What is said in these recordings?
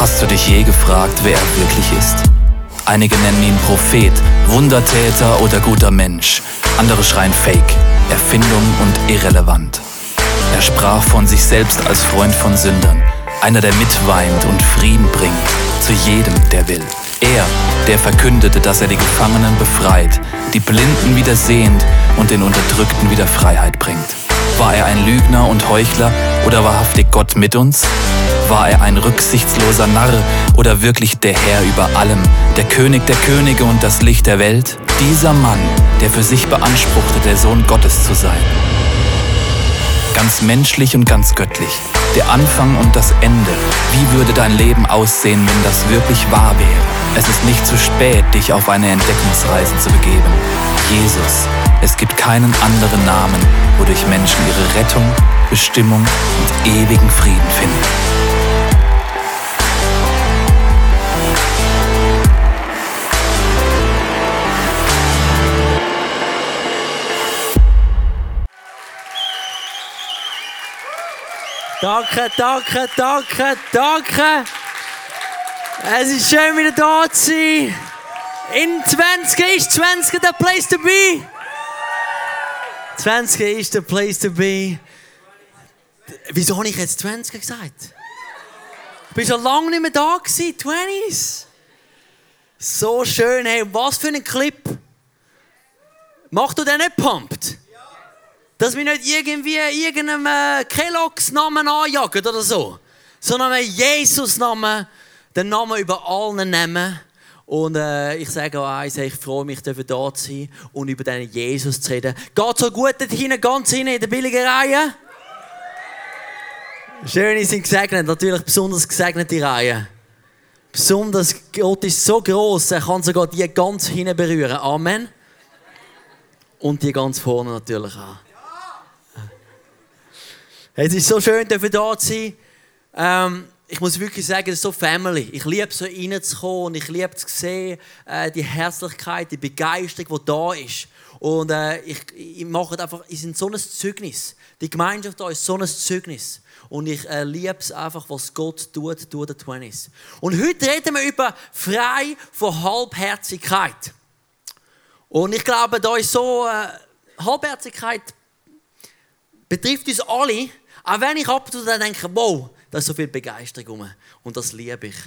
Hast du dich je gefragt, wer er wirklich ist? Einige nennen ihn Prophet, Wundertäter oder guter Mensch. Andere schreien Fake, Erfindung und irrelevant. Er sprach von sich selbst als Freund von Sündern. Einer, der mitweint und Frieden bringt zu jedem, der will. Er, der verkündete, dass er die Gefangenen befreit, die Blinden wieder sehend und den Unterdrückten wieder Freiheit bringt. War er ein Lügner und Heuchler oder wahrhaftig Gott mit uns? War er ein rücksichtsloser Narr oder wirklich der Herr über allem, der König der Könige und das Licht der Welt? Dieser Mann, der für sich beanspruchte, der Sohn Gottes zu sein. Ganz menschlich und ganz göttlich, der Anfang und das Ende. Wie würde dein Leben aussehen, wenn das wirklich wahr wäre? Es ist nicht zu spät, dich auf eine Entdeckungsreise zu begeben. Jesus, es gibt keinen anderen Namen, wodurch Menschen ihre Rettung, Bestimmung und ewigen Frieden finden. Danke, danke, danke, danke. Es ist schön, wieder da zu sein. In 20 ist 20 der Place to be. 20 ist der Place to be. Wieso habe ich jetzt 20 gesagt? Ich bin schon lange nicht mehr da gewesen, 20s. So schön, hey, was für ein Clip. Macht du den nicht pumped? Dass wir nicht irgendwie irgendeinem Kellogg's-Namen anjagen oder so, sondern einen Jesus-Namen, den Namen über allen Namen. Und ich sage auch eins, ich freue mich, da zu sein und über diesen Jesus zu reden. Geht so gut dort hinten, ganz hinten in der billigen Reihe? Schöne sind gesegnet, natürlich besonders gesegnete Reihen. Besonders, Gott ist so gross, er kann sogar die ganz hinten berühren. Amen. Und die ganz vorne natürlich auch. Es ist so schön, da zu sein. Ich muss wirklich sagen, es ist so Family. Ich liebe es, so reinzukommen und ich liebe zu sehen, die Herzlichkeit, die Begeisterung, die da ist. Und ich mache einfach, es ist so ein Zeugnis. Die Gemeinschaft da ist so ein Zeugnis. Und ich liebe es einfach, was Gott tut durch die 20s. Und heute reden wir über frei von Halbherzigkeit. Und ich glaube, da ist so, Halbherzigkeit betrifft uns alle. Auch wenn ich ab und zu denke, wow, da ist so viel Begeisterung rum. Und das liebe ich.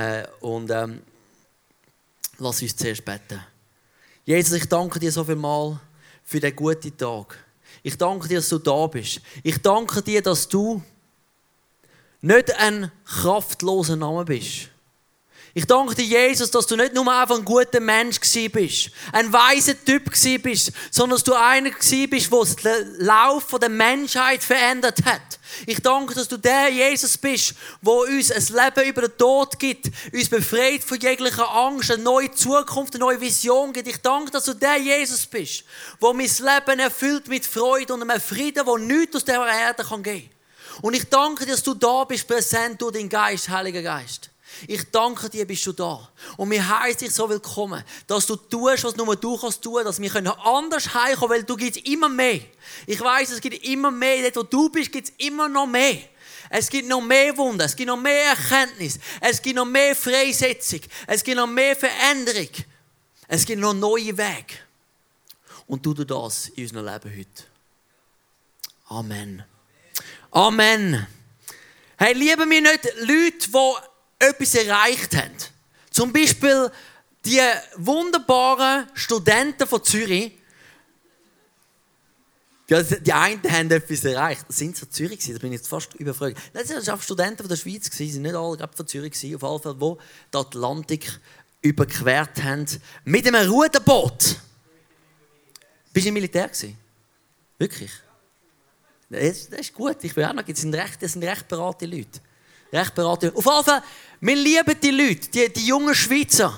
Lass uns zuerst beten. Jesus, ich danke dir so viel mal für den guten Tag. Ich danke dir, dass du da bist. Ich danke dir, dass du nicht ein kraftloser Name bist. Ich danke dir, Jesus, dass du nicht nur einfach ein guter Mensch bist, ein weiser Typ bist, sondern dass du einer bist, der den Lauf der Menschheit verändert hat. Ich danke, dass du der Jesus bist, der uns ein Leben über den Tod gibt, uns befreit von jeglicher Angst, eine neue Zukunft, eine neue Vision gibt. Ich danke, dass du der Jesus bist, der mein Leben erfüllt mit Freude und einem Frieden, der nichts aus dieser Erde geben kann. Und ich danke dir, dass du da bist, präsent durch deinen Geist, Heiliger Geist. Ich danke dir, bist du da. Und wir heißen dich so willkommen, dass du tust, was nur du kannst tun, dass wir anders heimkommen, weil du gibst immer mehr. Ich weiss, es gibt immer mehr. Dort, wo du bist, gibt es immer noch mehr. Es gibt noch mehr Wunder, es gibt noch mehr Erkenntnis, es gibt noch mehr Freisetzung, es gibt noch mehr Veränderung, es gibt noch neue Wege. Und du das in unserem Leben heute. Amen. Amen. Hey, lieben wir nicht Leute, die etwas erreicht haben. Zum Beispiel die wunderbaren Studenten von Zürich. Die einen haben etwas erreicht. Sind sie von Zürich gewesen? Da bin ich jetzt fast überfragt. Das waren Studenten von der Schweiz. Sie sind nicht alle von Zürich gewesen. Auf alle Fälle, die den Atlantik überquert haben. Mit einem Ruderboot. Bist du im Militär gewesen? Wirklich? Das ist gut. Ich bin auch noch. Das sind recht berate Leute. Recht berate. Auf jeden Fall, wir lieben die Leute, die jungen Schweizer.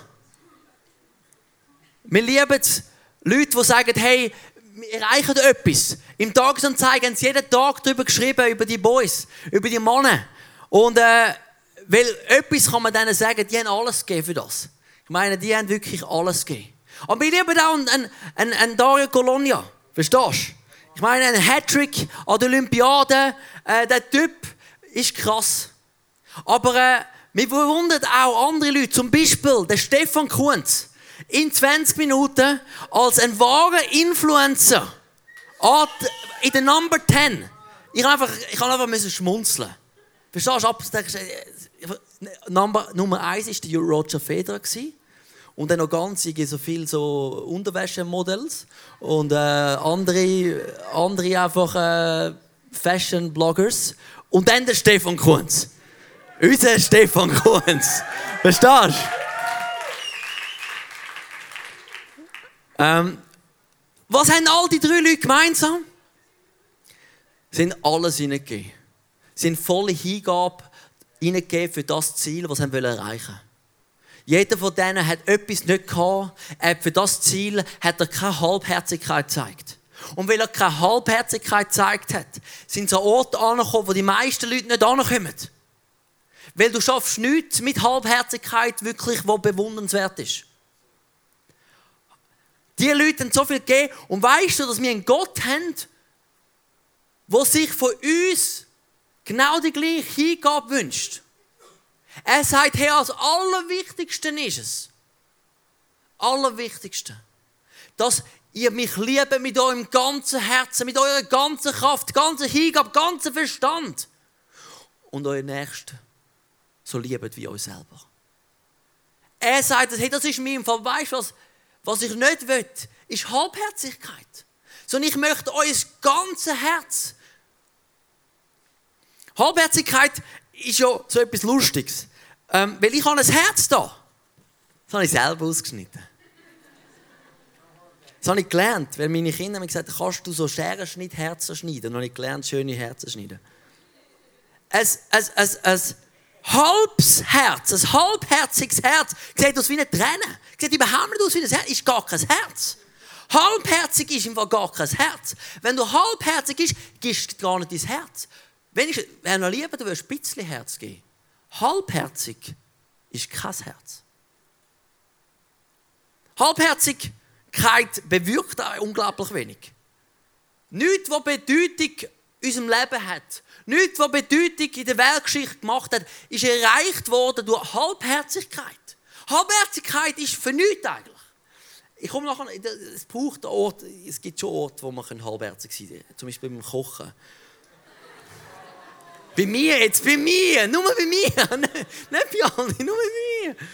Wir lieben Leute, die sagen, hey, wir erreichen etwas. Im Tagesanzeiger haben sie jeden Tag darüber geschrieben, über die Boys, über die Männer. Und weil etwas kann man denen sagen, die haben alles gegeben für das. Ich meine, die haben wirklich alles gegeben. Aber wir lieben auch einen Dario Colonia. Verstehst du? Ich meine, ein Hattrick an der Olympiade. Der Typ ist krass. Aber Wir bewundern auch andere Leute, zum Beispiel der Stefan Kuntz, in 20 Minuten als ein wahrer Influencer in der Number 10. Ich kann einfach schmunzeln. Verstehst du? Nummer 1 war der Roger Federer. Und dann noch ganz so viele so Unterwäsche-Models und andere einfach Fashion-Bloggers. Und dann der Stefan Kuntz. Unser Stefan Kuntz. Verstehst du? Was haben all die 3 Leute gemeinsam? Sie haben alles hineingegeben. Sie haben volle Hingabe hineingegeben für das Ziel, das sie erreichen wollten. Jeder von denen hat etwas nicht gehabt. Für das Ziel hat er keine Halbherzigkeit gezeigt. Und weil er keine Halbherzigkeit gezeigt hat, sind sie an Orte angekommen, wo die meisten Leute nicht ankommen. Weil du schaffst nichts mit Halbherzigkeit wirklich, was bewundernswert ist. Die Leute haben so viel gegeben. Und weißt du, dass wir einen Gott haben, der sich von uns genau die gleiche Hingabe wünscht? Er sagt, hey, das Allerwichtigste ist es. Allerwichtigste. Dass ihr mich liebt mit eurem ganzen Herzen, mit eurer ganzen Kraft, ganzer Hingabe, ganzen Verstand. Und euer Nächsten so liebt wie euch selber. Er sagt, hey, das ist mir im Fall, weißt du, was ich nicht will, ist Halbherzigkeit. Sondern ich möchte euer ganzes Herz. Halbherzigkeit ist ja so etwas Lustiges. Weil ich habe ein Herz da. Das habe ich selber ausgeschnitten. Das habe ich gelernt, weil meine Kinder haben gesagt, kannst du so Scherenschnitt-Herzen schneiden? Dann habe ich gelernt, schöne Herzen schneiden. Ein halbes Herz, ein halbherziges Herz, sieht aus wie eine Träne. Sieht überhaupt nicht aus wie ein Herz, ist gar kein Herz. Halbherzig ist im Fall gar kein Herz. Wenn du halbherzig bist, gibst du gar nicht dein Herz. Wenn du lieber, du würdest ein bisschen Herz geben. Halbherzig ist kein Herz. Halbherzigkeit bewirkt auch unglaublich wenig. Nichts, was Bedeutung in unserem Leben hat, nichts, was Bedeutung in der Weltgeschichte gemacht hat, ist erreicht worden durch Halbherzigkeit. Halbherzigkeit ist für nichts eigentlich. Ich komme nachher, es braucht einen Ort, es gibt schon Orte, wo man halbherzig sein kann. Zum Beispiel beim Kochen. Bei mir, nur bei mir. Nicht bei allen, nur bei mir.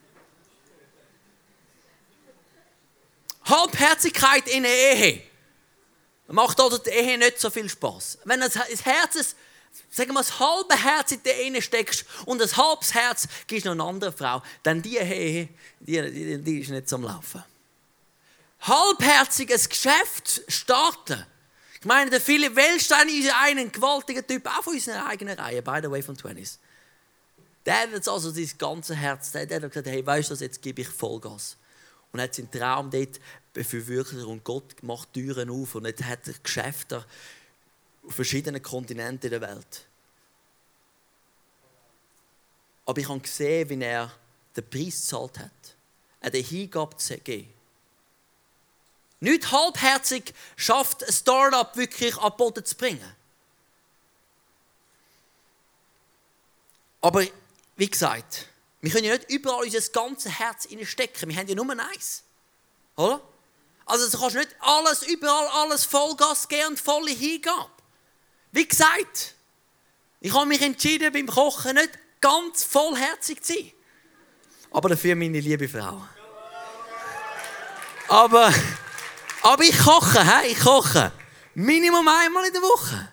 Halbherzigkeit in der Ehe macht also der Ehe nicht so viel Spaß. Wenn das Herz, sagen wir, das halbe Herz in der Ehe steckst und das halbes Herz gibst noch eine andere Frau, dann die Ehe, die ist nicht so am Laufen. Halbherziges Geschäft starten. Ich meine, der Philipp Wellstein ist ein gewaltiger Typ, auch von unserer eigenen Reihe, by the way, von 20s. Der hat jetzt also sein ganzes Herz, der hat gesagt, hey, weißt du was, jetzt gebe ich Vollgas. Und hat seinen Traum dort verwirklicht und Gott macht Türen auf und jetzt hat er Geschäfte auf verschiedenen Kontinenten der Welt. Aber ich habe gesehen, wie er den Preis gezahlt hat. Er hat den Hingabe gegeben. Nicht halbherzig schafft ein Start-up wirklich an den Boden zu bringen. Aber wie gesagt, wir können ja nicht überall unser ganzes Herz reinstecken. Wir haben ja nur eins. Oder? Also du kannst nicht überall alles Vollgas geben und volle Hingabe. Wie gesagt, ich habe mich entschieden, beim Kochen nicht ganz vollherzig zu sein. Aber dafür meine liebe Frau. Aber ich koche, ich koche. Minimum einmal in der Woche.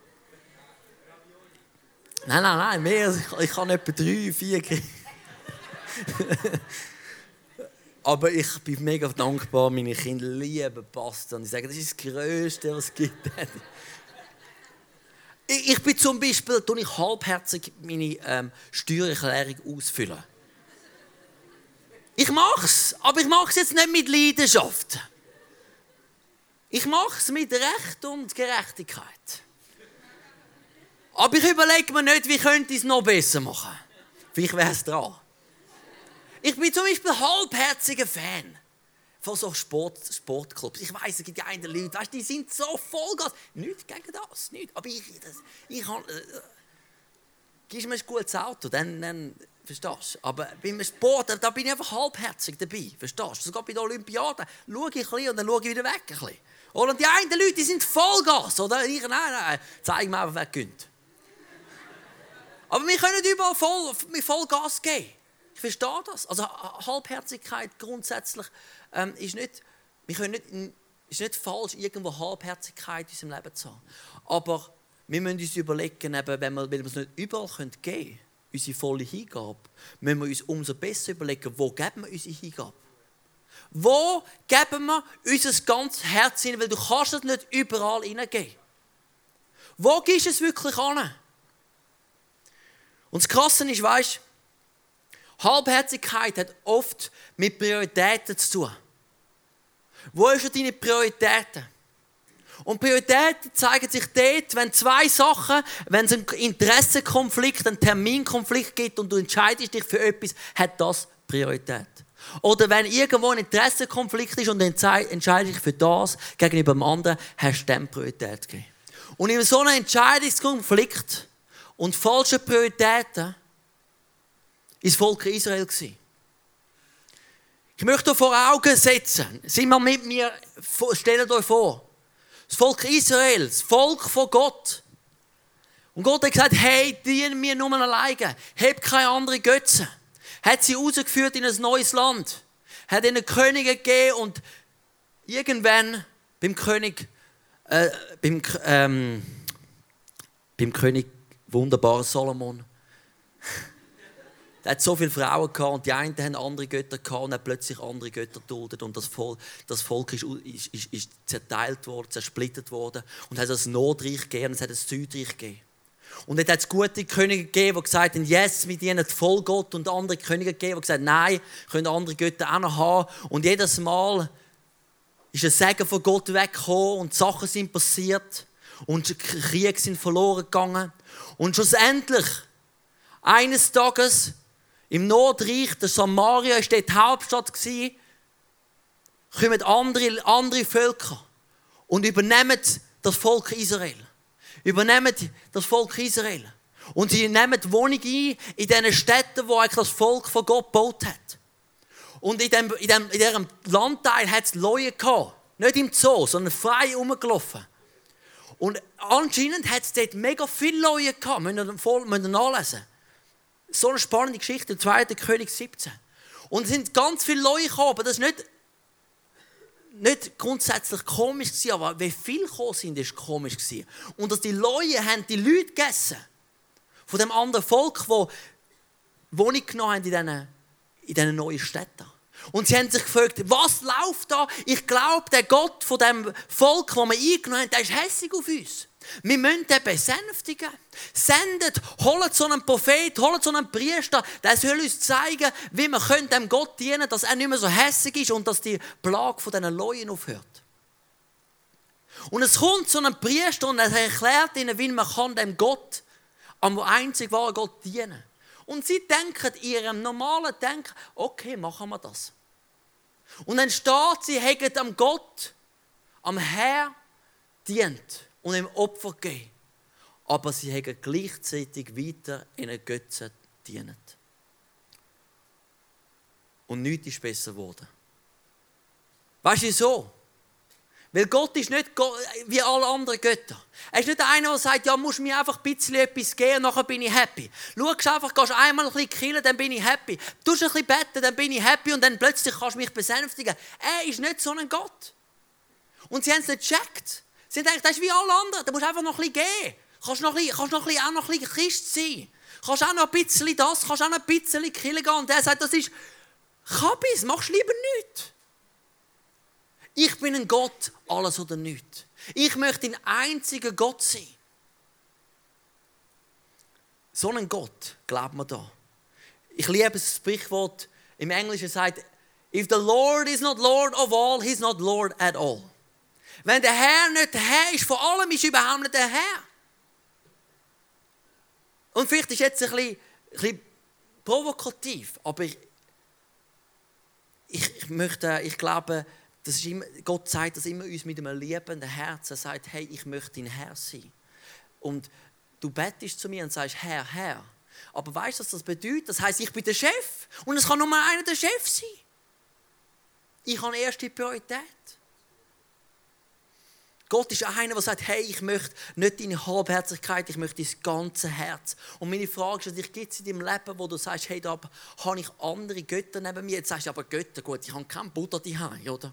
Nein, mehr. Ich kann etwa 3, 4 kriegen. Aber ich bin mega dankbar, meine Kinder lieben Pasta. Und ich sage, das ist das Größte, was es gibt. Ich bin zum Beispiel, halbherzig meine Steuererklärung ausfüllen. Ich mache es, aber ich mache es jetzt nicht mit Leidenschaft. Ich mache es mit Recht und Gerechtigkeit. Aber ich überlege mir nicht, wie könnte ich es noch besser machen. Vielleicht wäre es dran. Ich bin zum Beispiel halbherziger Fan von so Sportclubs. Ich weiss, es gibt ja einige Leute, weißt, die sind so Vollgas. Nichts gegen das, nicht. Aber ich habe... gibst mir ein gutes Auto, dann verstehst du. Aber beim Sport, da bin ich einfach halbherzig dabei, verstehst du. Sogar bei der Olympiade schaue ich ein bisschen und dann schaue ich wieder weg ein bisschen. Und die einen Leute, die sind Vollgas, oder? Nein, zeig mir einfach, wer gewinnt. Aber wir können nicht überall voll Gas geben. Ich verstehe das. Also Halbherzigkeit grundsätzlich ist nicht falsch, irgendwo Halbherzigkeit in unserem Leben zu haben. Aber wir müssen uns überlegen, weil wir es nicht überall geben können, unsere volle Hingabe, müssen wir uns umso besser überlegen, wo geben wir unsere Hingabe. Wo geben wir unser ganzes Herz hin, weil du kannst es nicht überall hineingeben. Wo gibst du es wirklich an? Und das Krasse ist, weisst, Halbherzigkeit hat oft mit Prioritäten zu tun. Wo sind deine Prioritäten? Und Prioritäten zeigen sich dort, wenn zwei Sachen, wenn es einen Interessenkonflikt, einen Terminkonflikt gibt und du entscheidest dich für etwas, hat das Priorität. Oder wenn irgendwo ein Interessenkonflikt ist und du entscheidest dich für das gegenüber dem anderen, hast du dem Priorität gegeben. Und in so einem Entscheidungskonflikt und falschen Prioritäten war das Volk Israel. Ich möchte euch vor Augen setzen, sind wir mit mir, stellt euch vor, das Volk Israel, das Volk von Gott. Und Gott hat gesagt, hey, diene mir nur alleine, hab keine anderen Götzen. Hat sie rausgeführt in ein neues Land, hat ihnen Könige gegeben und irgendwann beim König wunderbaren Salomon, der hat so viele Frauen gehabt und die einen haben andere Götter gehabt und hat plötzlich andere Götter geduldet und das Volk ist zerteilt worden, zersplittert worden und hat das Nordreich gegeben und es hat das Südreich gegeben. Und dort hat es gute Könige gegeben, die gesagt haben, yes, wir dienen voll Gott, und andere Könige gegeben, die gesagt haben, nein, können andere Götter auch noch haben. Und jedes Mal ist ein Segen von Gott weggekommen und Sachen sind passiert und Kriege sind verloren gegangen. Und schlussendlich, eines Tages im Nordreich, der Samaria war dort die Hauptstadt, kommen andere Völker und übernehmen das Volk Israel. Und sie nehmen die Wohnung ein in diesen Städten, wo eigentlich das Volk von Gott gebaut hat. Und in diesem Landteil hat es Leute gehabt. Nicht im Zoo, sondern frei rumgelaufen. Und anscheinend hat es dort mega viele Leute gehabt. Müsst ihr nachlesen. So eine spannende Geschichte, 2. König 17. Und es sind ganz viele Leute gekommen, aber das ist nicht grundsätzlich komisch gewesen, aber wie viele gekommen sind, ist komisch gewesen. Und dass die Leute haben die Leute gegessen von dem anderen Volk, die Wohnung genommen haben in diesen neuen Städten. Und sie haben sich gefragt, was läuft da? Ich glaube, der Gott von dem Volk, das wir eingenommen haben, der ist hässig auf uns. Wir müssen den besänftigen. Sendet, holt so einen Prophet, holt so einen Priester, der soll uns zeigen, wie wir dem Gott dienen können, dass er nicht mehr so hässig ist und dass die Plage von diesen Leuten aufhört. Und es kommt so ein Priester und er erklärt ihnen, wie man dem Gott, am einzig wahren Gott dienen kann. Und sie denken in ihrem normalen Denken, okay, machen wir das. Und dann steht sie, haben am Gott, am Herr dient und ihm Opfer gegeben. Aber sie haben gleichzeitig weiter in einen Götzen gedient. Und nichts ist besser geworden. Weißt du wieso? Weil Gott ist nicht wie alle anderen Götter. Er ist nicht einer, der sagt, ja, musst mir einfach ein bisschen etwas geben und nachher bin ich happy. Schaust einfach, gehst einmal ein bisschen killen, dann bin ich happy. Tust ein bisschen beten, dann bin ich happy und dann plötzlich kannst du mich besänftigen. Er ist nicht so ein Gott. Und sie haben es nicht gecheckt. Sie denken, das ist wie alle anderen, da musst du einfach noch ein bisschen geben. Kannst auch noch ein bisschen Christ sein. Kannst auch noch ein bisschen das, kannst auch noch ein bisschen killen gehen. Und er sagt, das ist Kabis, machst lieber nichts. Ich bin ein Gott, alles oder nichts. Ich möchte ein einziger Gott sein. So einen Gott glaubt man da. Ich liebe das Sprichwort, im Englischen sagt, if the Lord is not Lord of all, he is not Lord at all. Wenn der Herr nicht der Herr ist, vor allem ist überhaupt nicht der Herr. Und vielleicht ist jetzt ein bisschen provokativ, aber ich glaube, das ist immer, Gott sagt das immer uns mit einem liebenden Herzen. Er sagt, hey, ich möchte dein Herr sein. Und du bettest zu mir und sagst, Herr, Herr. Aber weißt du, was das bedeutet? Das heisst, ich bin der Chef und es kann nur einer der Chef sein. Ich habe erste Priorität. Gott ist einer, der sagt, hey, ich möchte nicht deine Halbherzigkeit, ich möchte dein ganze Herz. Und meine Frage ist, gibt es in deinem Leben, wo du sagst, hey, da habe ich andere Götter neben mir. Jetzt sagst du aber Götter, gut, ich habe keinen Buddha daheim, oder?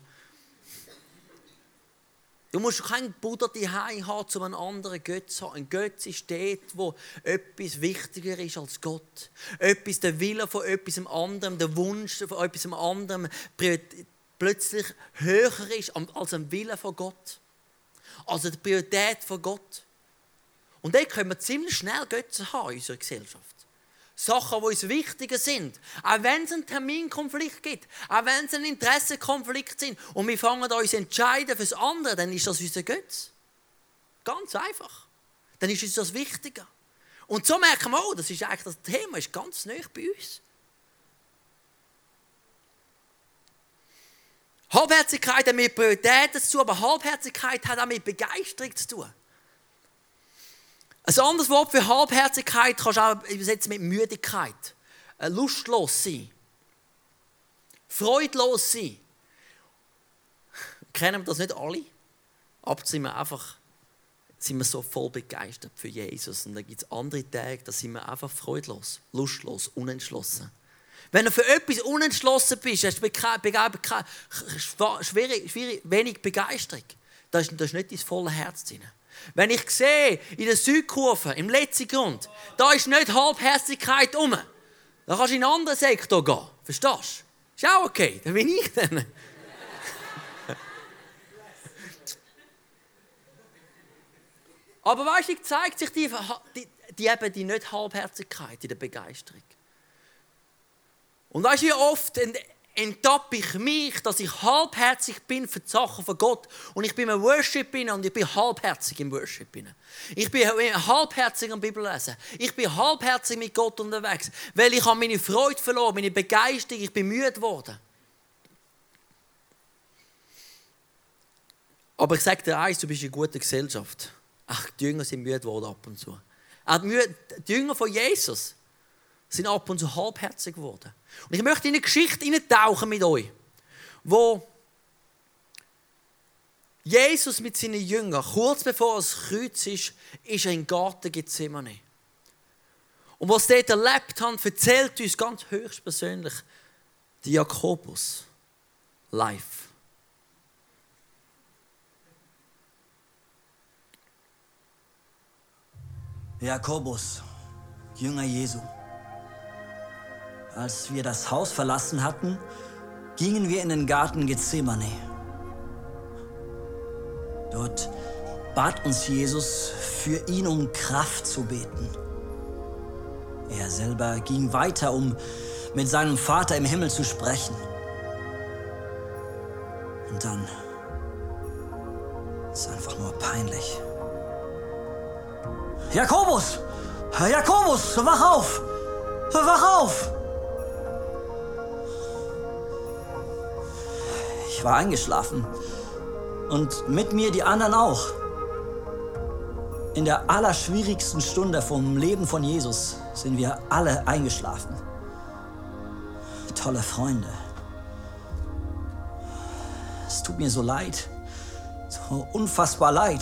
Du musst keinen Buddha daheim haben, um einen anderen Gott zu haben. Ein Gott ist dort, wo etwas wichtiger ist als Gott. Etwas, der Wille von etwas anderem, der Wunsch von etwas anderem plötzlich höher ist als ein Wille von Gott. Also die Priorität von Gott. Und dann können wir ziemlich schnell Götter haben in unserer Gesellschaft. Sachen, die uns wichtiger sind. Auch wenn es einen Terminkonflikt gibt, auch wenn es einen Interessenkonflikt sind und wir fangen an uns zu entscheiden für das andere, dann ist das unser Götz. Ganz einfach. Dann ist uns das wichtiger. Und so merken wir, oh, das ist eigentlich das Thema, ist ganz nahe bei uns. Halbherzigkeit hat mit Prioritäten zu tun, aber Halbherzigkeit hat auch mit Begeisterung zu tun. Ein anderes Wort für Halbherzigkeit kannst du auch übersetzen mit Müdigkeit. Lustlos sein. Freudlos sein. Kennen wir das nicht alle? Aber sind wir so voll begeistert für Jesus. Und dann gibt es andere Tage, da sind wir einfach freudlos, lustlos, unentschlossen. Wenn du für etwas unentschlossen bist, hast du wenig Begeisterung. Da ist nicht dein volles Herz drin. Wenn ich sehe, in der Südkurve, im letzten Grund, da ist nicht Halbherzigkeit rum. Da kannst du in einen anderen Sektor gehen. Verstehst du? Ist auch okay, dann bin ich dann. Aber weißt du, zeigt sich die nicht Halbherzigkeit in der Begeisterung. Und weißt du, wie oft enttappe ich mich, dass ich halbherzig bin für die Sachen von Gott. Und ich bin im Worship und ich bin halbherzig im Worship. Ich bin halbherzig am Bibellesen. Ich bin halbherzig mit Gott unterwegs. Weil ich habe meine Freude verloren, meine Begeisterung, ich bin müde geworden. Aber ich sage dir eins, du bist in guter Gesellschaft. Ach, die Jünger sind müde geworden ab und zu. Auch die Jünger von Jesus sind ab und zu halbherzig geworden. Und ich möchte in eine Geschichte eintauchen mit euch, wo Jesus mit seinen Jüngern, kurz bevor er das Kreuz ist er in den Garten Gethsemane. Und was sie dort erlebt haben, erzählt uns ganz höchstpersönlich der Jakobus live. Jakobus, Jünger Jesu. Als wir das Haus verlassen hatten, gingen wir in den Garten Gethsemane. Dort bat uns Jesus, für ihn um Kraft zu beten. Er selber ging weiter, um mit seinem Vater im Himmel zu sprechen. Und dann ist es einfach nur peinlich. Jakobus! Jakobus, wach auf! Wach auf! Ich war eingeschlafen. Und mit mir die anderen auch. In der allerschwierigsten Stunde vom Leben von Jesus sind wir alle eingeschlafen. Tolle Freunde. Es tut mir so leid. So unfassbar leid.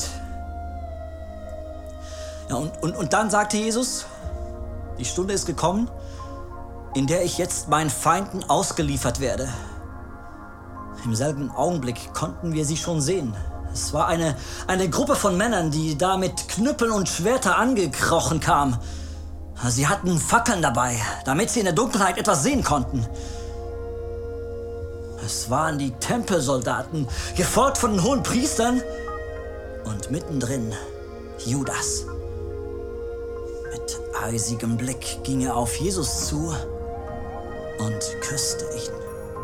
Ja, und dann sagte Jesus, die Stunde ist gekommen, in der ich jetzt meinen Feinden ausgeliefert werde. Im selben Augenblick konnten wir sie schon sehen. Es war eine Gruppe von Männern, die da mit Knüppeln und Schwertern angekrochen kam. Sie hatten Fackeln dabei, damit sie in der Dunkelheit etwas sehen konnten. Es waren die Tempelsoldaten, gefolgt von den hohen Priestern und mittendrin Judas. Mit eisigem Blick ging er auf Jesus zu und küsste ihn.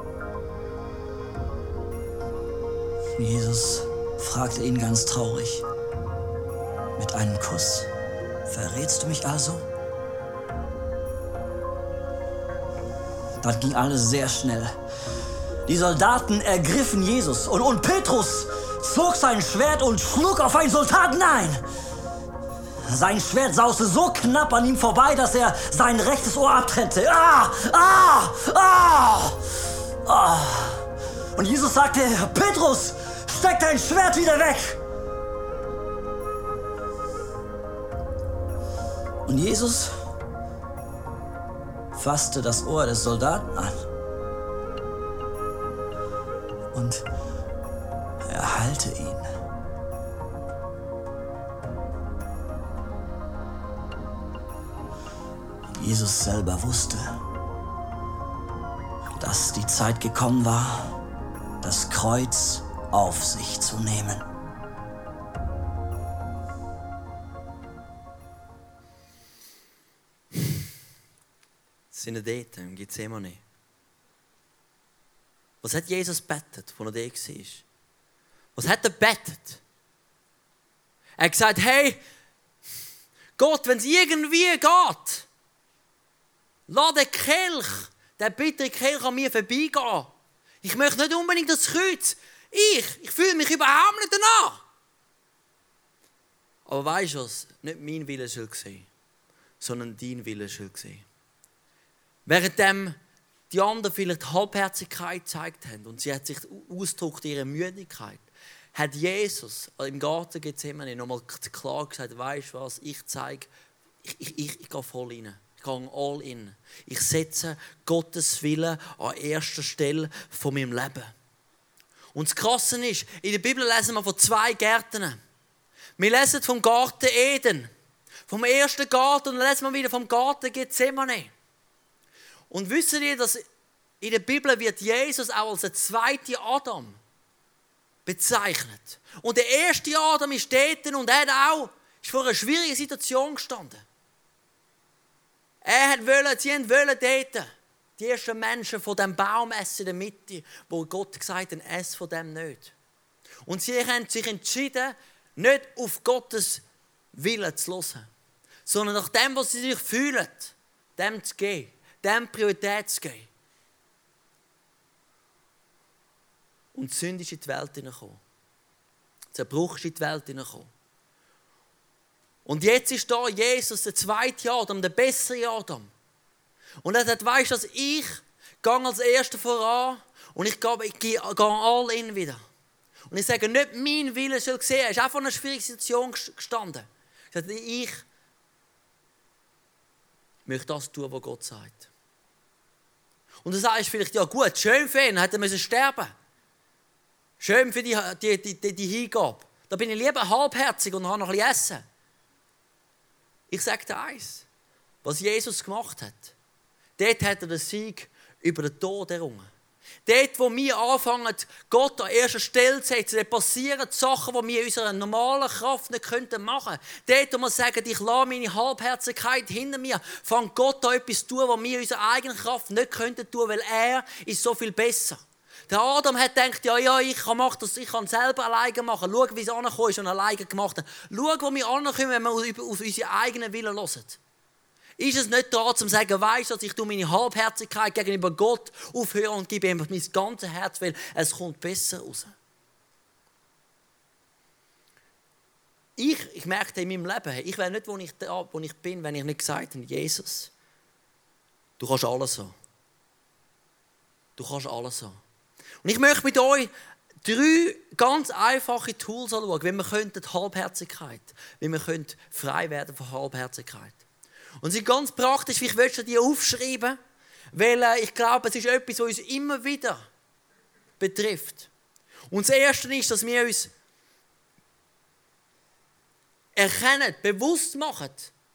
Jesus fragte ihn ganz traurig: Mit einem Kuss verrätst du mich also? Dann ging alles sehr schnell. Die Soldaten ergriffen Jesus und Petrus zog sein Schwert und schlug auf einen Soldaten ein. Sein Schwert sauste so knapp an ihm vorbei, dass er sein rechtes Ohr abtrennte. Und Jesus sagte, Petrus, steck dein Schwert wieder weg. Und Jesus fasste das Ohr des Soldaten an und er heilte ihn. Jesus selber wusste, dass die Zeit gekommen war, das Kreuz auf sich zu nehmen. Sind wir dort im Gethsemane? Was hat Jesus gebetet, als er dort war? Was hat er gebetet? Er hat gesagt, hey, Gott, wenn es irgendwie geht, lass den Kelch, der bittere Kelch an mir vorbeigehen. Ich möchte nicht unbedingt das Kreuz. Ich fühle mich überhaupt nicht danach. Aber weißt du was? Nicht mein Wille soll geschehen, sondern dein Wille soll geschehen. Währenddem die anderen vielleicht Halbherzigkeit gezeigt haben und sie hat sich ausgedrückt ihre Müdigkeit, hat Jesus im Garten Gethsemane nochmal klar gesagt, weißt du was, ich gehe voll rein. Ich gehe all in. Ich setze Gottes Willen an erster Stelle von meinem Leben. Und das Krasse ist, in der Bibel lesen wir von 2 Gärten. Wir lesen vom Garten Eden, vom ersten Garten, und dann lesen wir wieder vom Garten Gethsemane. Und wisst ihr, dass in der Bibel wird Jesus auch als der zweite Adam bezeichnet. Und der erste Adam ist dort und er ist vor einer schwierigen Situation gestanden. Sie wollten dort die ersten Menschen von dem Baum essen in der Mitte, wo Gott gesagt hat, ess von dem nicht. Und sie haben sich entschieden, nicht auf Gottes Willen zu hören, sondern nach dem, was sie sich fühlen, dem zu gehen, dem Priorität zu geben. Und die Sünde ist in die Welt hineingekommen. Der Zerbruch ist in die Welt hineingekommen. Und jetzt ist da Jesus, der zweite Adam, der bessere Adam. Und er sagt, weisst du, dass ich gehe als Erster voran und ich gehe all in wieder. Und ich sage, nicht mein Wille soll gesehen. Er ist auch vor einer schwierigen Situation gestanden. Er sagt, ich möchte das tun, was Gott sagt. Und du sagst vielleicht, ja gut, schön für ihn, hätte er sterben müssen. Schön für die Hingabe. Da bin ich lieber halbherzig und habe noch ein bisschen Essen. Ich sage dir eins, was Jesus gemacht hat, dort hat er den Sieg über den Tod errungen. Dort, wo wir anfangen, Gott an erster Stelle zu setzen, dort passieren Sachen, die wir in unserer normalen Kraft nicht machen könnten. Dort, wo wir sagen, ich lasse meine Halbherzigkeit hinter mir, fängt Gott an etwas zu tun, was wir in unserer eigenen Kraft nicht tun könnten, weil er ist so viel besser. Der Adam hat gedacht, ja, ich kann es selber alleine machen. Schau, wie es angekommen ist und alleine gemacht hat. Schau, wo wir ankommen, wenn wir auf unsere eigenen Willen hören. Ist es nicht da, zu sagen, weisst du, dass ich meine Halbherzigkeit gegenüber Gott aufhöre und gebe ihm mein ganzes Herz, weil es kommt besser raus. Ich merkte in meinem Leben, ich wäre nicht, wo ich bin, wenn ich nicht gesagt hätte, Jesus, du kannst alles so. Du kannst alles so. Und ich möchte mit euch 3 ganz einfache Tools anschauen, wie wir die Halbherzigkeit, wie wir frei werden von Halbherzigkeit. Und sie sind ganz praktisch, ich möchte die aufschreiben, weil ich glaube, es ist etwas, was uns immer wieder betrifft. Und das Erste ist, dass wir uns erkennen, bewusst machen,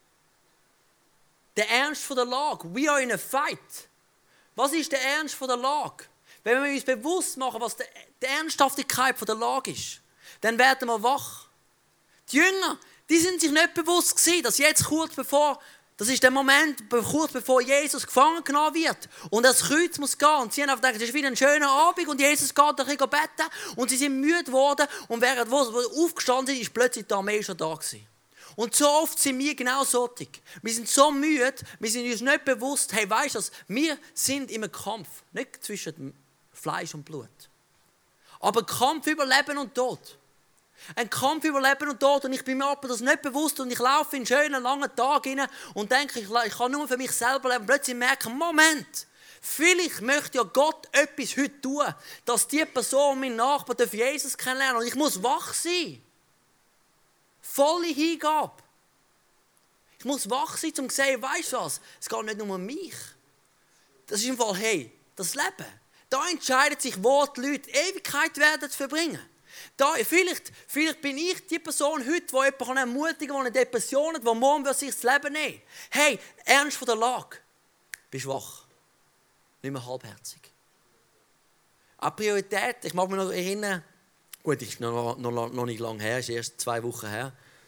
der Ernst der Lage. We are in a fight. Was ist der Ernst der Lage? Wenn wir uns bewusst machen, was die Ernsthaftigkeit der Lage ist, dann werden wir wach. Die Jünger, die sind sich nicht bewusst gewesen, dass jetzt das ist der Moment, kurz bevor Jesus gefangen genommen wird und das Kreuz muss gehen. Und sie haben einfach gedacht, das ist wieder ein schöner Abend und Jesus geht ein bisschen beten und sie sind müde geworden und während sie aufgestanden sind, ist plötzlich die Armee schon da gewesen. Und so oft sind wir genau solche. Wir sind so müde, wir sind uns nicht bewusst, hey, weisst du, wir sind im Kampf, nicht zwischen Fleisch und Blut, aber Kampf über Leben und Tod. Ein Kampf über Leben und Tod. Und ich bin mir aber das nicht bewusst und ich laufe in einen schönen, langen Tag rein und denke, ich kann nur für mich selber leben. Und plötzlich merke ich, Moment, vielleicht möchte ja Gott etwas heute tun, dass die Person, mein Nachbar, Jesus kennenlernen. Und ich muss wach sein. Volle Hingabe. Ich muss wach sein, um zu sehen, weisst du was, es geht nicht nur um mich. Das ist im Fall, hey, das Leben. Da entscheidet sich, wo die Leute Ewigkeit werden verbringen. Vielleicht bin ich die Person heute, die jemanden ermutigen kann, die eine Depression hat, die morgen sich das Leben nehmen. Hey, ernst von der Lage. Bist wach. Nicht mehr halbherzig. Eine Priorität, ich mag mich noch erinnern, gut, ist noch nicht lange her, ist erst 2 Wochen her.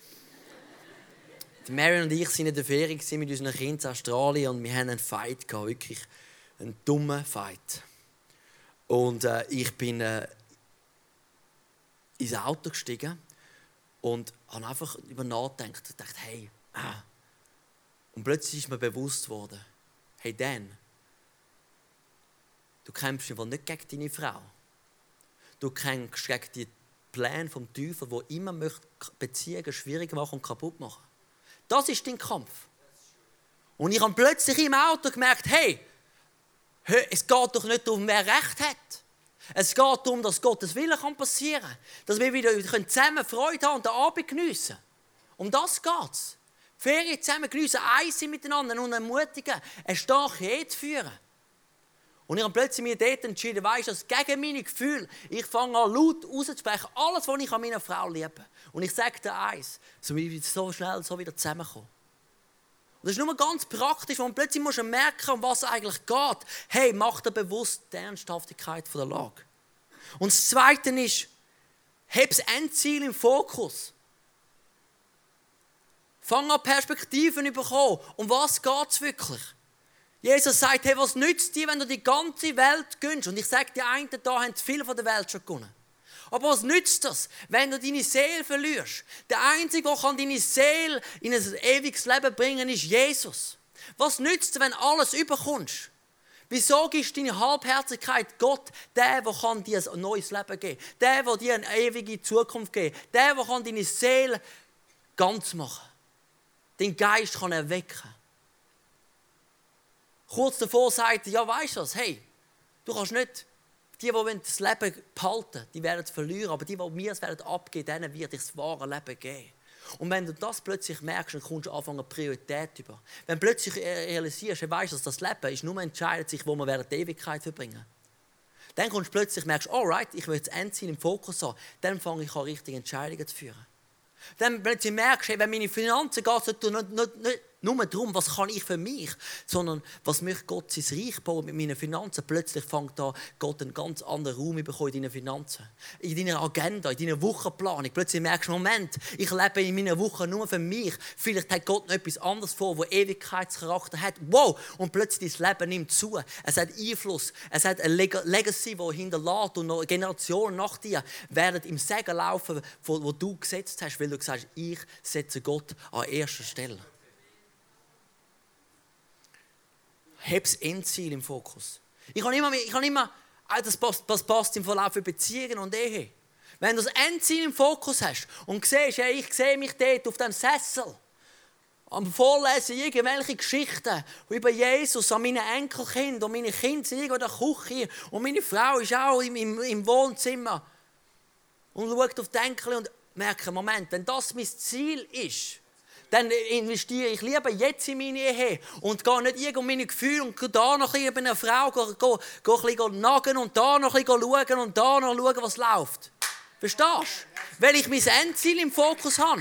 Die Marion und ich waren in der Ferien mit unseren Kindern in Australien und wir hatten einen Fight gehabt, wirklich einen dummen Fight. Und ich bin ins Auto gestiegen und habe einfach über nachgedacht. Ich dachte, hey, Und plötzlich ist mir bewusst geworden, hey Dan, du kämpfst einfach nicht gegen deine Frau. Du kämpfst gegen die Pläne vom Teufel, der immer Beziehungen schwierig machen und kaputt machen. Das ist dein Kampf. Und ich habe plötzlich im Auto gemerkt, hey, es geht doch nicht darum, wer Recht hat. Es geht darum, dass Gottes Wille passieren kann. Dass wir wieder zusammen Freude haben und den Abend geniessen. Um das geht es. Ferien zusammen geniessen, eins sein miteinander und ermutigen, eine starke Ehe zu führen. Und ich habe plötzlich mir dort entschieden, weisst du, dass gegen meine Gefühle, ich fange an laut auszusprechen, alles, was ich an meiner Frau liebe. Und ich sage dir eins, so schnell so wieder zusammenkommen. Und das ist nur ganz praktisch, weil plötzlich musst du merken, um was es eigentlich geht. Hey, mach dir bewusst die Ernsthaftigkeit der Lage. Und das Zweite ist, hab das Endziel im Fokus. Fang an, Perspektiven zu bekommen. Um was geht es wirklich? Jesus sagt, hey, was nützt dir, wenn du die ganze Welt gönnst? Und ich sage, die einen da haben viel von der Welt schon gewonnen. Aber was nützt das, wenn du deine Seele verlierst? Der Einzige, der deine Seele in ein ewiges Leben bringen kann, ist Jesus. Was nützt es, wenn du alles überkommst? Wieso gibst du deine Halbherzigkeit Gott, der dir ein neues Leben geben kann? Der dir eine ewige Zukunft geben kann? Der deine Seele ganz machen kann? Den Geist kann erwecken. Kurz davor sagt er, ja, weisst du was, hey, du kannst nicht, die das Leben behalten, die werden es verlieren, aber die mir es werden abgeben, denen wird ich das wahre Leben geben. Und wenn du das plötzlich merkst, dann kommst du anfangen, Priorität über. Wenn du plötzlich realisierst, hey, weisst du, das Leben ist nur entscheidet sich, wo wir während der Ewigkeit verbringen. Dann kommst du plötzlich merkst, alright, ich will das Endziel im Fokus haben, dann fange ich an, richtige Entscheidungen zu führen. Dann plötzlich merkst du, hey, wenn meine Finanzen geht, nicht nur darum, was kann ich für mich, sondern was möchte Gott sein Reich bauen mit meinen Finanzen. Plötzlich fängt da Gott einen ganz anderen Raum bekommen in deinen Finanzen, in deiner Agenda, in deiner Wochenplanung. Plötzlich merkst du, Moment, ich lebe in meiner Woche nur für mich. Vielleicht hat Gott noch etwas anderes vor, das Ewigkeitscharakter hat. Wow! Und plötzlich das Leben nimmt zu. Es hat Einfluss. Es hat eine Legacy, die hinterlässt und noch Generationen nach dir werden im Segen laufen, wo du gesetzt hast, weil du gesagt hast, ich setze Gott an erster Stelle. Hab das Endziel im Fokus. Ich habe immer das passt im Verlauf für Beziehungen und Ehe. Wenn du das Endziel im Fokus hast und siehst, hey, ich sehe mich dort auf dem Sessel, am Vorlesen irgendwelche Geschichten über Jesus an meine Enkelkinder und meine Kinder sind irgendwo in der Küche und meine Frau ist auch im Wohnzimmer und schaut auf die Enkel und merkt, Moment, wenn das mein Ziel ist, dann investiere ich lieber jetzt in meine Ehe und gehe nicht irgendwo meine Gefühle und da noch bei einer Frau go ein bisschen nagen und da noch ein bisschen schauen und da noch schauen, was läuft. Verstehst du? Weil ich mein Endziel im Fokus habe.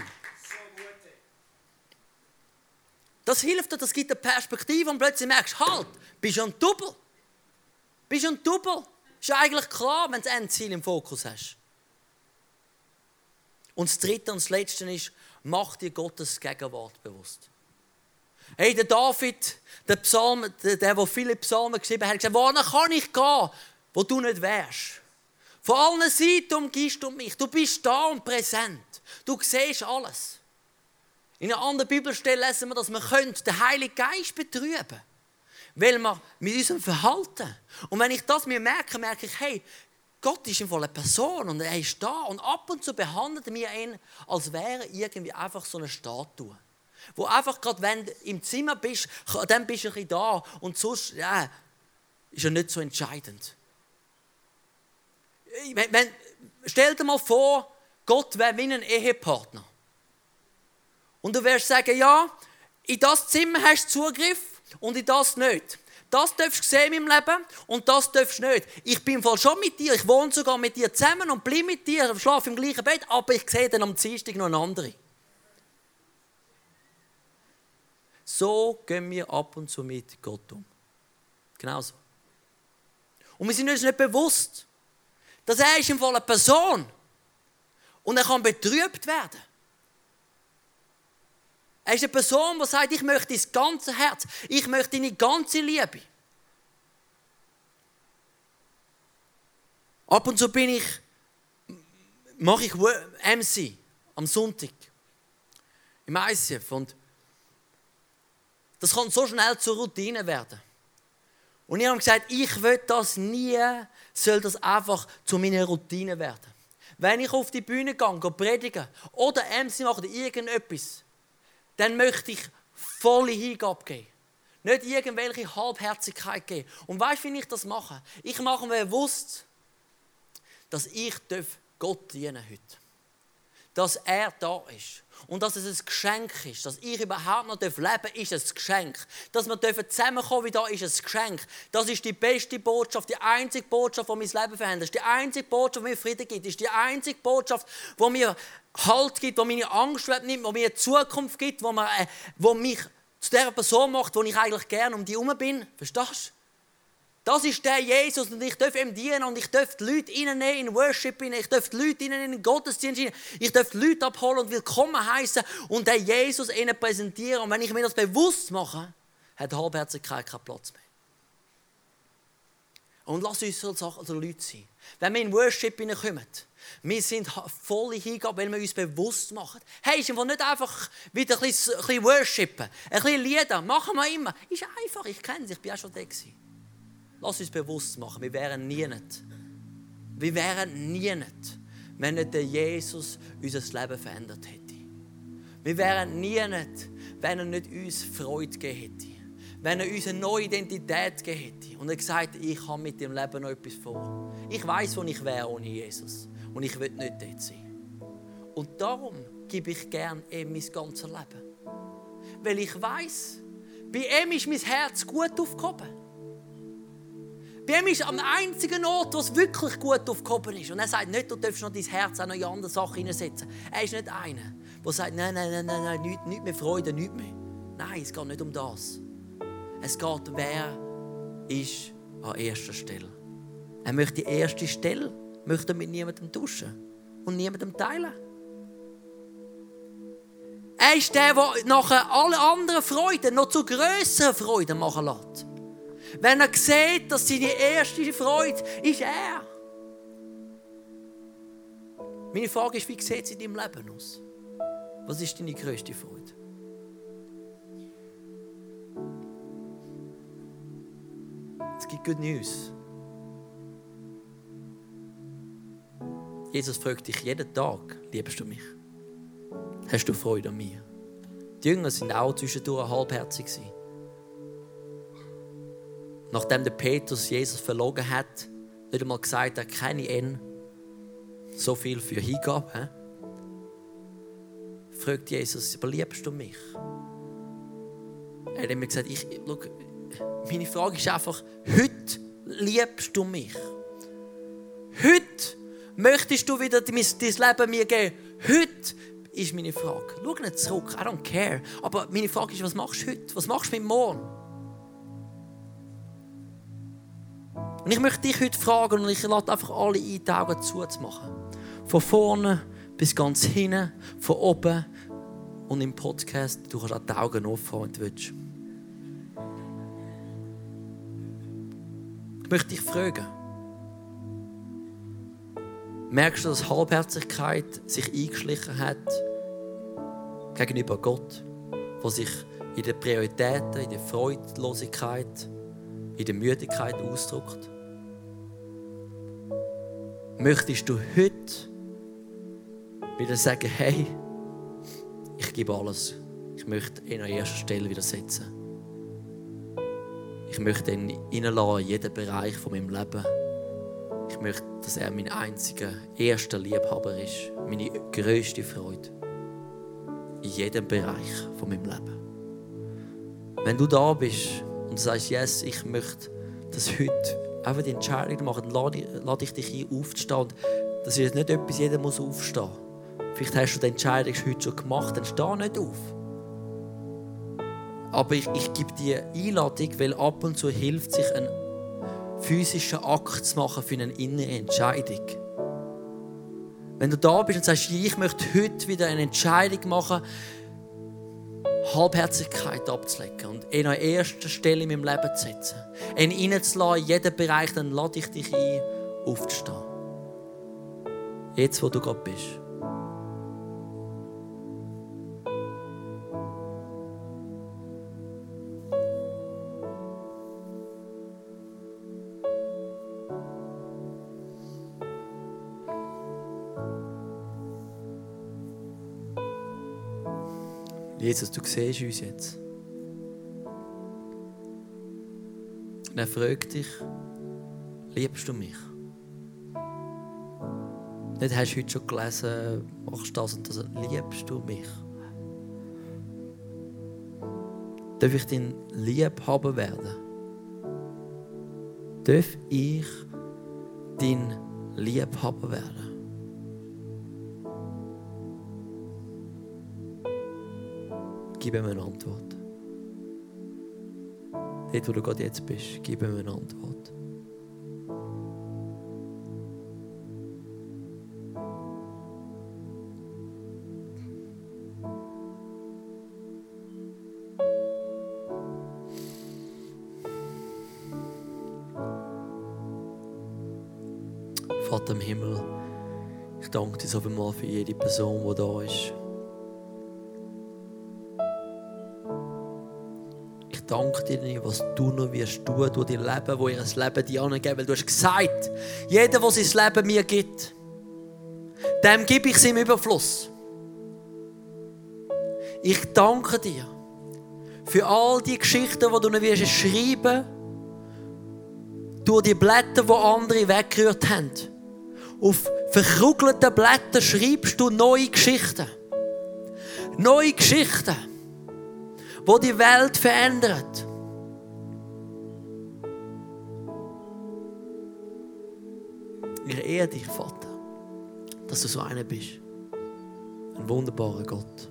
Das hilft dir, das gibt eine Perspektive und plötzlich merkst du, halt, bist du ein Double. Bist du ein Double. Ist eigentlich klar, wenn du das Endziel im Fokus hast. Und das Dritte und das Letzte ist, mach dir Gottes Gegenwart bewusst. Hey, der David, der viele Psalmen geschrieben hat, gesagt, wohin kann ich gehen, wo du nicht wärst? Von allen Seiten umgibst du mich. Du bist da und präsent. Du siehst alles. In einer anderen Bibelstelle lesen wir, dass wir den Heiligen Geist betrüben können. Weil wir mit unserem Verhalten. Und wenn ich das mir merke ich, hey, Gott ist im Fall eine Person und er ist da. Und ab und zu behandeln wir ihn, als wäre er irgendwie einfach so eine Statue. Wo einfach gerade, wenn du im Zimmer bist, dann bist du ein bisschen da. Und sonst, ja, ist er nicht so entscheidend. Stell dir mal vor, Gott wäre wie ein Ehepartner. Und du wirst sagen, ja, in das Zimmer hast du Zugriff und in das nicht. Das darfst du sehen in meinem Leben und das darfst du nicht. Ich bin voll schon mit dir, ich wohne sogar mit dir zusammen und bleibe mit dir, schlafe im gleichen Bett, aber ich sehe dann am Dienstag noch eine andere. So gehen wir ab und zu mit Gott um. Genau so. Und wir sind uns nicht bewusst, dass er ist im Fall eine Person und er kann betrübt werden. Er ist eine Person, die sagt, ich möchte dein ganze Herz, ich möchte deine ganze Liebe. Ab und zu mache ich MC am Sonntag im ICF und das kann so schnell zur Routine werden. Und ich habe gesagt, ich will das nie, soll das einfach zu meiner Routine werden. Wenn ich auf die Bühne gehe predigen oder MC mache oder irgendetwas, dann möchte ich volle Hingabe geben. Nicht irgendwelche Halbherzigkeit geben. Und weißt du, wie ich das mache? Ich mache mir bewusst, dass ich Gott dienen heute. Dass er da ist. Und dass es ein Geschenk ist. Dass ich überhaupt noch leben darf, ist ein Geschenk. Dass wir zusammenkommen wie da, ist ein Geschenk. Das ist die beste Botschaft, die einzige Botschaft, die mein Leben verändert. Das ist die einzige Botschaft, die mir Frieden gibt. Das ist die einzige Botschaft, die mir Halt gibt, die meine Angst wegnimmt, die mir eine Zukunft gibt, die mich zu der Person macht, wo ich eigentlich gerne um die herum bin. Verstehst du? Das ist der Jesus und ich darf ihm dienen und ich darf die Leute reinnehmen in Worship, ich darf die Leute reinnehmen in den Gottesdienst, ich darf die Leute abholen und willkommen heißen und den Jesus ihnen präsentieren. Und wenn ich mir das bewusst mache, hat Halbherzigkeit keinen Platz mehr. Und lass uns so Leute sein. Wenn wir in Worship hineinkommen, wir sind volle Hingabe, weil wir uns bewusst machen. Hey, ist einfach nicht einfach wieder ein bisschen worshipen, ein bisschen Lieder, machen wir immer. Ist einfach, ich kenne es, ich bin auch schon da gewesen. Lass uns bewusst machen, wir wären nie nicht. Wir wären nie nicht, wenn nicht der Jesus unser Leben verändert hätte. Wir wären nie nicht, wenn er nicht uns Freude gegeben hätte. Wenn er uns eine neue Identität gegeben hätte. Und er gesagt hat, ich habe mit dem Leben noch etwas vor. Ich weiss, wo ich wäre ohne Jesus. Und ich will nicht dort sein. Und darum gebe ich gern ihm mein ganzes Leben. Weil ich weiss, bei ihm ist mein Herz gut aufgehoben. Bei ihm ist am einzigen Ort, wo es wirklich gut aufgehoben ist. Und er sagt nicht, du darfst noch dein Herz auch noch in andere Sachen hineinsetzen. Er ist nicht einer, der sagt, nein, nichts mehr Freude, nichts mehr. Nein, es geht nicht um das. Es geht, wer ist an erster Stelle. Er möchte die erste Stelle mit niemandem tauschen und niemandem teilen. Er ist der nachher alle anderen Freuden noch zu grösseren Freuden machen lässt. Wenn er sieht, dass seine erste Freude ist er. Meine Frage ist, wie sieht es in deinem Leben aus? Was ist deine grösste Freude? Es gibt Good News. Jesus fragt dich jeden Tag, liebst du mich? Hast du Freude an mir? Die Jünger waren auch zwischendurch halbherzig. Nachdem der Petrus Jesus verlogen hat, nicht einmal gesagt, er kenne ihn. So viel für Hingabe. Fragt Jesus, aber liebst du mich? Er hat mir gesagt, meine Frage ist einfach, heute liebst du mich? Heute möchtest du wieder dein Leben mir geben? Heute ist meine Frage. Schau nicht zurück, I don't care. Aber meine Frage ist, was machst du heute? Was machst du mit morgen? Und ich möchte dich heute fragen und ich lade einfach alle ein, die Augen zuzumachen. Von vorne bis ganz hinten, von oben und im Podcast. Du kannst auch die Augen offen, wenn du willst. Ich möchte dich fragen. Merkst du, dass Halbherzigkeit sich eingeschlichen hat gegenüber Gott, der sich in den Prioritäten, in der Freudlosigkeit, in der Müdigkeit ausdrückt? Möchtest du heute wieder sagen, hey, ich gebe alles. Ich möchte ihn an erster Stelle wieder setzen. Ich möchte ihn hineinlassen in jeden Bereich von meinem Leben. Ich möchte, dass er mein einziger, erster Liebhaber ist. Meine grösste Freude. In jedem Bereich von meinem Leben. Wenn du da bist und sagst, yes, ich möchte das heute einfach die Entscheidung machen, dann lade ich dich ein, aufzustehen. Das ist nicht etwas, jeder muss aufstehen. Vielleicht hast du die Entscheidung heute schon gemacht, dann steh nicht auf. Aber ich gebe dir Einladung, weil ab und zu hilft sich einen physischen Akt zu machen für eine innere Entscheidung. Wenn du da bist und sagst, ich möchte heute wieder eine Entscheidung machen, Halbherzigkeit abzulegen und ihn an erster Stelle in meinem Leben zu setzen, ihn reinzulassen in jeden Bereich, dann lade ich dich ein, aufzustehen. Jetzt, wo du gerade bist. Jesus, du siehst uns jetzt. Und er fragt dich, liebst du mich? Nicht hast du heute schon gelesen, machst das und das, liebst du mich? Darf ich dein Liebhaber werden? Darf ich dein Liebhaber werden? Gib ihm eine Antwort. Dort, wo du gerade jetzt bist, gib ihm eine Antwort. Vater im Himmel, ich danke dir so viel für jede Person, die da ist. Ich danke dir, was du noch wirst tun durch dein Leben, wo ihr das Leben dir angeben. Weil du hast gesagt, jeder, der sein Leben mir gibt, dem gebe ich es im Überfluss. Ich danke dir für all die Geschichten, die du noch wirst schreiben, durch die Blätter, die andere weggerührt haben. Auf verkrugelten Blättern schreibst du neue Geschichten. Neue Geschichten, die die Welt verändert. Ich ehre dich, Vater, dass du so einer bist. Ein wunderbarer Gott.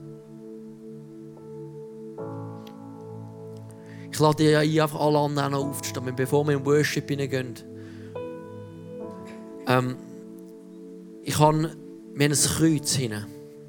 Ich lade dir ein, einfach alle anderen auch noch aufzustehen, bevor wir in Worship hineingehen. Wir haben ein Kreuz hinten.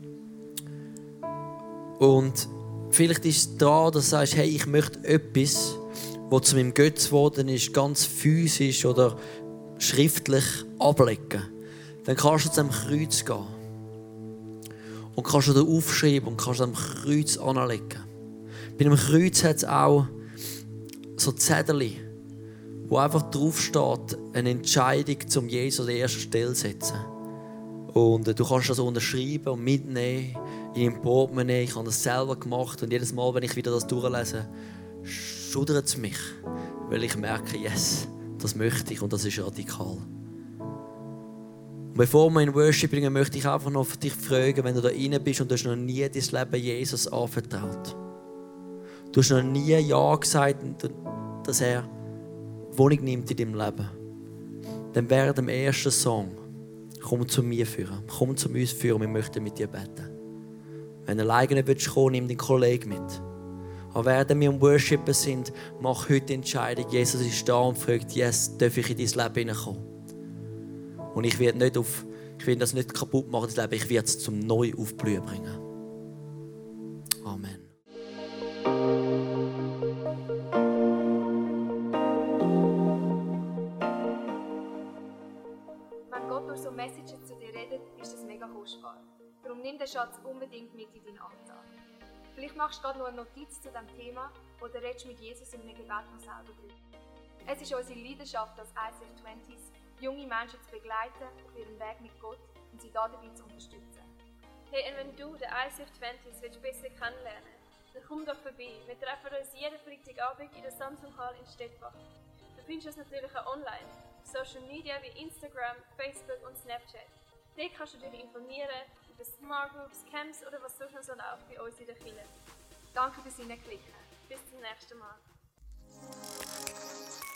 Und vielleicht ist es da, dass du sagst, hey, ich möchte etwas, was zu meinem Götz geworden ist, ganz physisch oder schriftlich ablegen. Dann kannst du zu einem Kreuz gehen. Und kannst du da aufschreiben und kannst du am Kreuz anlegen. Bei einem Kreuz hat es auch so Zettel, wo einfach drauf steht, eine Entscheidung zum Jesus an die erste Stelle setzen. Und du kannst das unterschreiben und mitnehmen in dein Portemonnaie. Ich habe das selber gemacht und jedes Mal, wenn ich wieder das durchlese, schudert es mich, weil ich merke, yes, das möchte ich und das ist radikal. Und bevor wir in Worship bringen, möchte ich einfach noch dich fragen, wenn du da rein bist und du hast noch nie dein Leben Jesus anvertraut. Du hast noch nie Ja gesagt, dass er Wohnung nimmt in deinem Leben. Dann während dem ersten Song, komm zu mir führen. Komm zu uns führen, wir möchten mit dir beten. Wenn du alleine nicht willst, nimm deinen Kollegen mit. Aber während wir im Worshipen sind, mach heute die Entscheidung. Jesus ist da und fragt, yes, darf ich in dein Leben hineinkommen? Und ich will das nicht kaputt machen, das Leben. Ich werde es zum Neuaufblühen bringen. Amen. Wenn Gott durch so Messages zu dir redet, ist das mega kostbar. Darum nimm den Schatz unbedingt mit in deinen Alltag. Vielleicht machst du gerade noch eine Notiz zu diesem Thema oder redest mit Jesus in einem Gebet noch selber drüber. Es ist unsere Leidenschaft als ICF 20s, junge Menschen zu begleiten auf ihrem Weg mit Gott und sie dabei zu unterstützen. Hey, und wenn du den ICF Twenties besser kennenlernen willst, dann komm doch vorbei. Wir treffen uns jeden Freitagabend in der Samsung Hall in Stettbach. Du findest uns natürlich auch online, auf Social Media wie Instagram, Facebook und Snapchat. Dort kannst du dich informieren über Smart Groups, Camps oder was sonst noch so läuft bei uns in der Kirche. Danke fürs Hineinklicken. Bis zum nächsten Mal.